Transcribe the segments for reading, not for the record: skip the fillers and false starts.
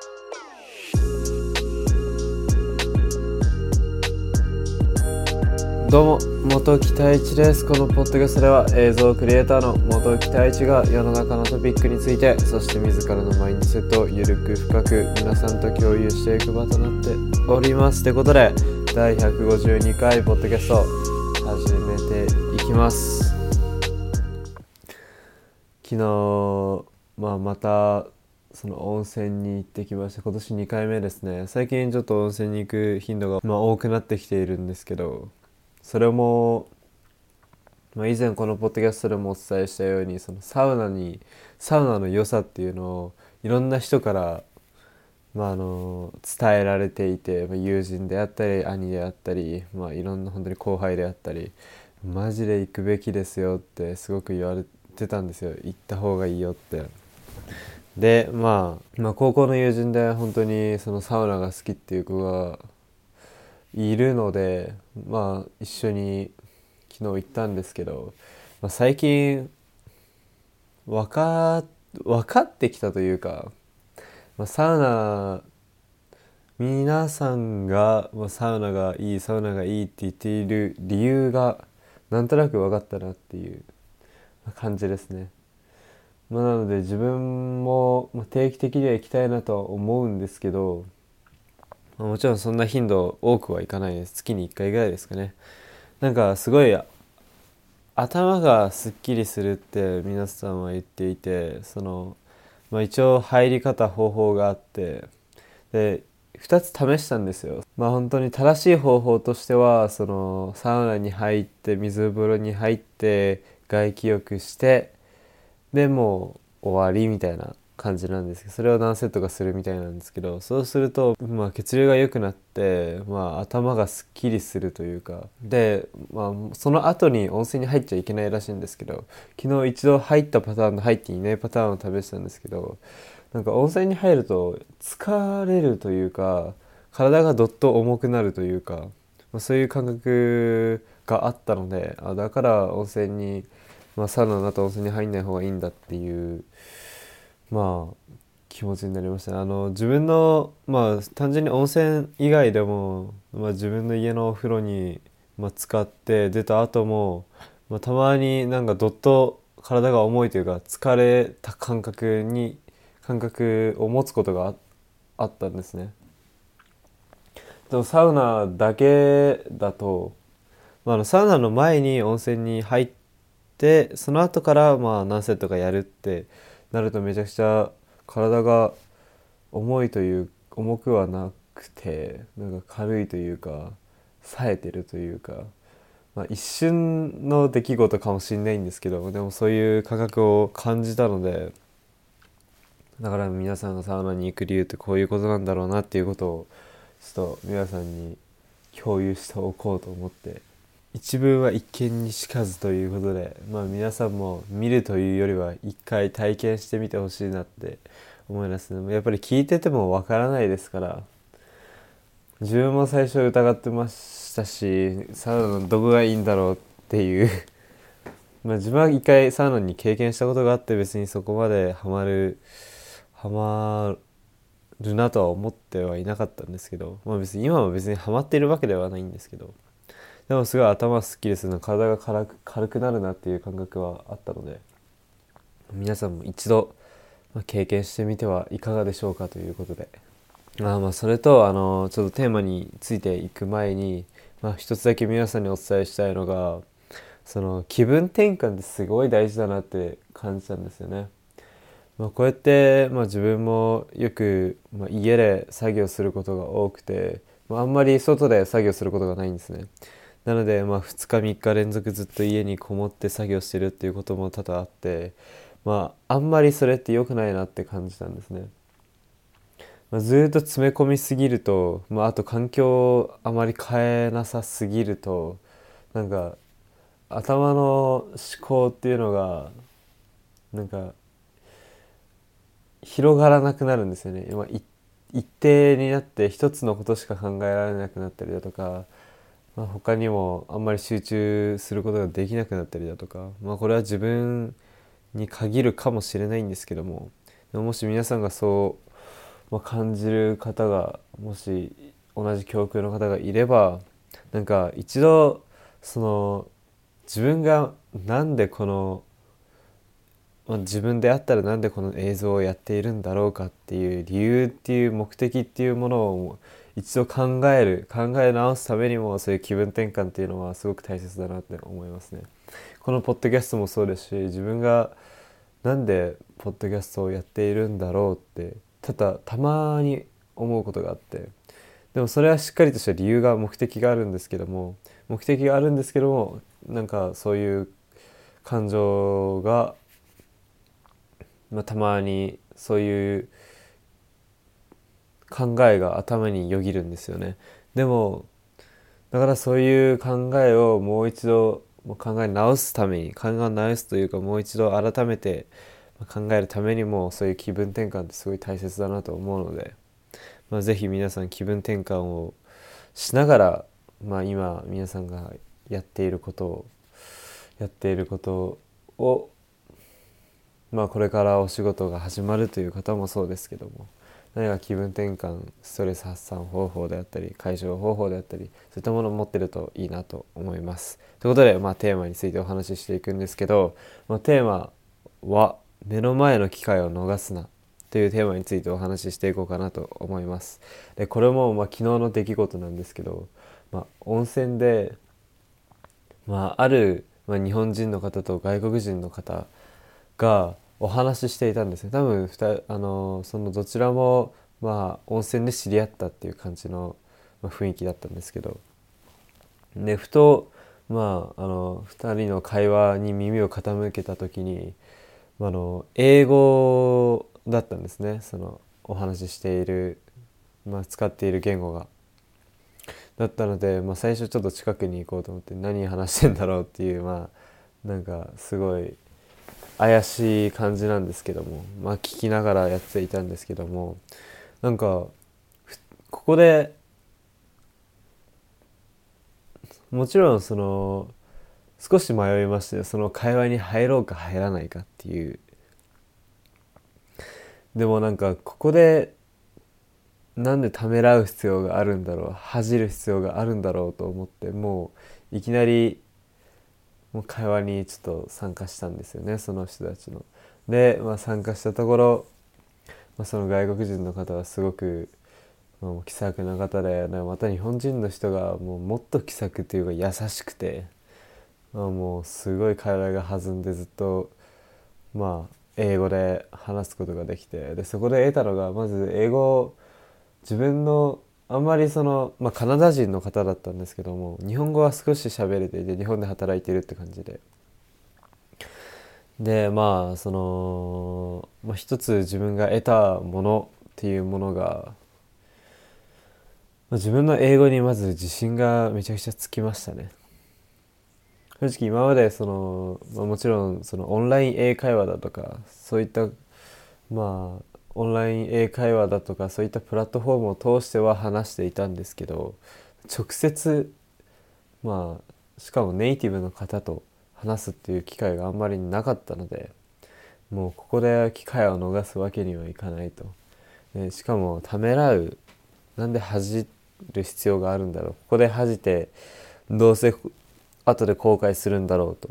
どうも、元木太一です。このポッドキャストでは映像クリエイターの元木太一が世の中のトピックについて、そして自らのマインドセットをゆるく深く皆さんと共有していく場となっております。ということで、第152回ポッドキャスト始めていきます。昨日、またその温泉に行ってきました。今年2回目ですね。最近ちょっと温泉に行く頻度が多くなってきているんですけど、それも、以前このポッドキャストでもお伝えしたように、そのサウナの良さっていうのをいろんな人から、伝えられていて、友人であったり兄であったり、いろんな本当に後輩であったり、マジで行くべきですよってすごく言われてたんですよ。行った方がいいよって。で、高校の友人で本当にそのサウナが好きっていう子がいるので、一緒に昨日行ったんですけど、最近分かってきたというか、サウナ皆さんがサウナがいいって言っている理由がなんとなく分かったなっていう感じですね。なので自分も定期的には行きたいなとは思うんですけど、もちろんそんな頻度多くはいかないです。月に1回ぐらいですかね。なんかすごい頭がすっきりするって皆さんは言っていて、一応入り方方法があって、で2つ試したんですよ。本当に正しい方法としては、そのサウナに入って水風呂に入って外気浴して、でもう終わりみたいな感じなんですけど、それを何セットかするみたいなんですけど、そうすると、血流が良くなって、頭がすっきりするというかで、その後に温泉に入っちゃいけないらしいんですけど、昨日一度入ったパターンと入っていないパターンを試したんですけど、なんか温泉に入ると疲れるというか、体がどっと重くなるというか、そういう感覚があったので、だから温泉に、サウナの後温泉に入んない方がいいんだっていう気持ちになりましたね。自分の単純に温泉以外でも、自分の家のお風呂に、使って出た後も、たまになんかどっと体が重いというか疲れた感覚を持つことがあったんですね。でもサウナだけだと、サウナの前に温泉に入って、その後から何セットかやるってなると、めちゃくちゃ体が重くはなくて、なんか軽いというか冴えてるというか、一瞬の出来事かもしれないんですけど、でもそういう感覚を感じたので、だから皆さんがサウナに行く理由ってこういうことなんだろうなっていうことをちょっと皆さんに共有しておこうと思って、一文は一見にしかずということで、皆さんも見るというよりは一回体験してみてほしいなって思いますね。やっぱり聞いててもわからないですから、自分も最初疑ってましたし、サウナのどこがいいんだろうっていう自分は一回サウナに経験したことがあって、別にそこまでハマるなとは思ってはいなかったんですけど、別に今は別にハマっているわけではないんですけど、でもすごい頭すっきりするの、体が軽くなるなっていう感覚はあったので、皆さんも一度経験してみてはいかがでしょうかということで、それとちょっとテーマについていく前に、一つだけ皆さんにお伝えしたいのが、その気分転換ってすごい大事だなって感じたんですよね。こうやって、自分もよく、家で作業することが多くて、あんまり外で作業することがないんですね。なので、2日3日連続ずっと家にこもって作業してるっていうことも多々あって、あんまりそれって良くないなって感じたんですね。ずっと詰め込みすぎると、あと環境をあまり変えなさすぎると、なんか頭の思考っていうのがなんか広がらなくなるんですよね。一定になって一つのことしか考えられなくなったりだとか、他にもあんまり集中することができなくなったりだとか、これは自分に限るかもしれないんですけども、もし皆さんがそう感じる方がもし同じ教訓の方がいれば、なんか一度その自分がなんでこの、自分であったらなんでこの映像をやっているんだろうかっていう理由っていう目的っていうものを一度考え直すためにも、そういう気分転換っていうのはすごく大切だなって思いますね。このポッドキャストもそうですし、自分がなんでポッドキャストをやっているんだろうってたまに思うことがあって、でもそれはしっかりとした理由が目的があるんですけども、なんかそういう感情が、たまにそういう考えが頭によぎるんですよね。でもだからそういう考えをもう一度考え直すというか、もう一度改めて考えるためにも、そういう気分転換ってすごい大切だなと思うので、ぜひ皆さん気分転換をしながら、今皆さんがやっていることをやっていることを、これからお仕事が始まるという方もそうですけども、何か気分転換、ストレス発散方法であったり解消方法であったり、そういったものを持ってるといいなと思います。ということで、テーマについてお話ししていくんですけど、テーマは目の前の機会を逃すなというテーマについてお話ししていこうかなと思います。でこれも昨日の出来事なんですけど、温泉で、ある、日本人の方と外国人の方がお話ししていたんですね。多分そのどちらも温泉で知り合ったっていう感じの、雰囲気だったんですけど、でふと2人の会話に耳を傾けた時に、英語だったんですね。そのお話ししている、使っている言語が。だったので、最初ちょっと近くに行こうと思って、何話してんだろうっていう、なんかすごい怪しい感じなんですけども、聞きながらやっていたんですけども、なんかここでもちろん少し迷いまして、その会話に入ろうか入らないかっていう。でもなんかここでなんでためらう必要があるんだろう、恥じる必要があるんだろうと思って、もういきなりもう会話にちょっと参加したんですよね、その人たちの。で、参加したところ、その外国人の方はすごく、気さくな方で、また日本人の人がもっと気さくというか優しくて、もうすごい会話が弾んで、ずっと英語で話すことができて、でそこで得たのが、まず英語、自分のあんまりカナダ人の方だったんですけども、日本語は少し喋れていて、日本で働いているって感じで、一つ自分が得たものっていうものが、自分の英語にまず自信がめちゃくちゃつきましたね。正直今までもちろんオンライン英会話だとか、そういったオンライン英会話だとか、そういったプラットフォームを通しては話していたんですけど、直接しかもネイティブの方と話すっていう機会があんまりなかったので、もうここで機会を逃すわけにはいかないと。でしかもためらう、なんで恥じる必要があるんだろう、ここで恥じてどうせ後で後悔するんだろうと、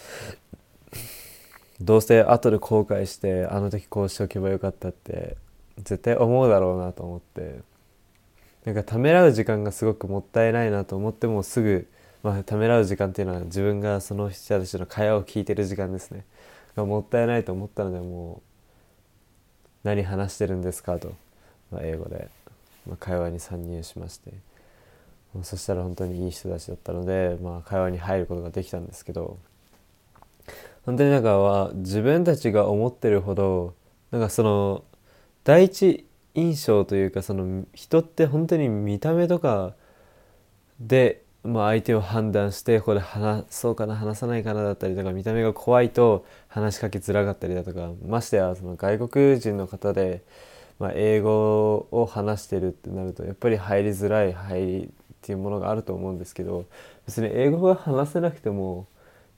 どうせ後で後悔してあの時こうしておけばよかったって絶対思うだろうなと思って、なんかためらう時間がすごくもったいないなと思ってもすぐ、ためらう時間っていうのは自分がその人たちの会話を聞いてる時間ですね、がもったいないと思ったので、もう何話してるんですかと、英語で、会話に参入しまして、そしたら本当にいい人たちだったので、会話に入ることができたんですけど、本当になんか自分たちが思ってるほど、なんか第一印象というか、人って本当に見た目とかで、相手を判断して、ここで話そうかな話さないかなだったりとか、見た目が怖いと話しかけづらかったりだとか、ましてやその外国人の方で、英語を話してるってなると、やっぱり入りっていうものがあると思うんですけど、別に英語が話せなくても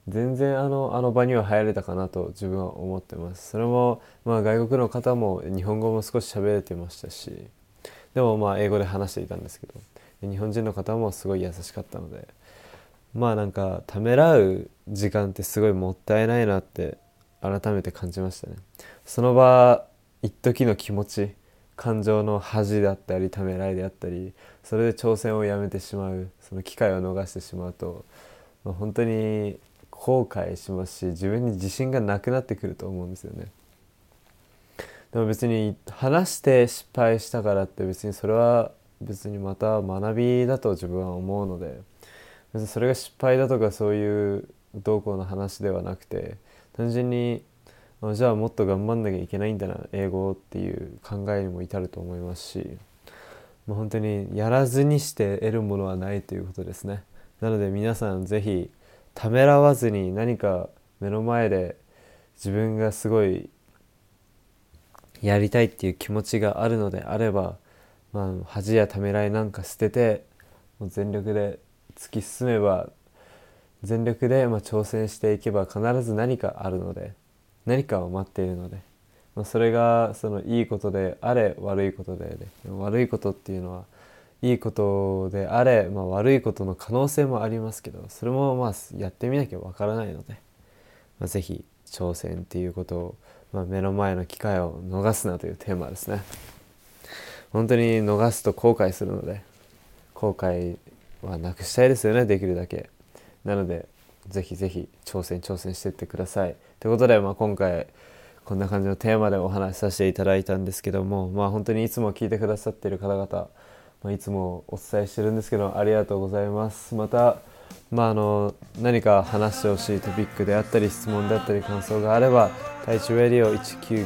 全然あの場には入れたかなと自分は思ってます。それもまあ外国の方も日本語も少し喋れてましたし、でもまあ英語で話していたんですけど、日本人の方もすごい優しかったので、まあなんかためらう時間ってすごいもったいないなって改めて感じましたね。その場一時の気持ち、感情の恥であったりためらいであったり、それで挑戦をやめてしまう、その機会を逃してしまうと、まあ、本当に後悔しますし、自分に自信がなくなってくると思うんですよね。でも別に話して失敗したからって別にそれは別にまた学びだと自分は思うので、別にそれが失敗だとかそういうどうこうの話ではなくて、単純にじゃあもっと頑張んなきゃいけないんだな英語っていう考えにも至ると思いますし、本当にやらずにして得るものはないということですね。なので皆さんぜひためらわずに、何か目の前で自分がすごいやりたいっていう気持ちがあるのであれば、恥やためらいなんか捨てて、もう全力で突き進めば、全力で挑戦していけば必ず何かあるので、何かを待っているので、それがそのいいことであれ悪いことで、悪いことっていうのはいいことであれ、悪いことの可能性もありますけど、それもやってみなきゃわからないので、ぜひ挑戦っていうことを、目の前の機会を逃すなというテーマですね。本当に逃すと後悔するので、後悔はなくしたいですよね、できるだけ。なのでぜひぜひ挑戦していってください。ということで、今回こんな感じのテーマでお話しさせていただいたんですけども、本当にいつも聞いてくださっている方々、いつもお伝えしてるんですけどありがとうございます。また、何か話してほしいトピックであったり質問であったり感想があれば、太一ラディオ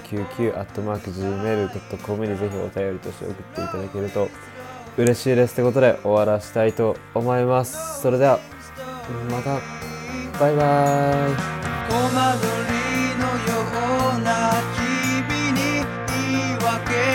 1999@gmail.com にぜひお便りとして送っていただけると嬉しいです。ということで終わらしたいと思います。それではまた、バイバイ。 戸惑いのような日々に言い訳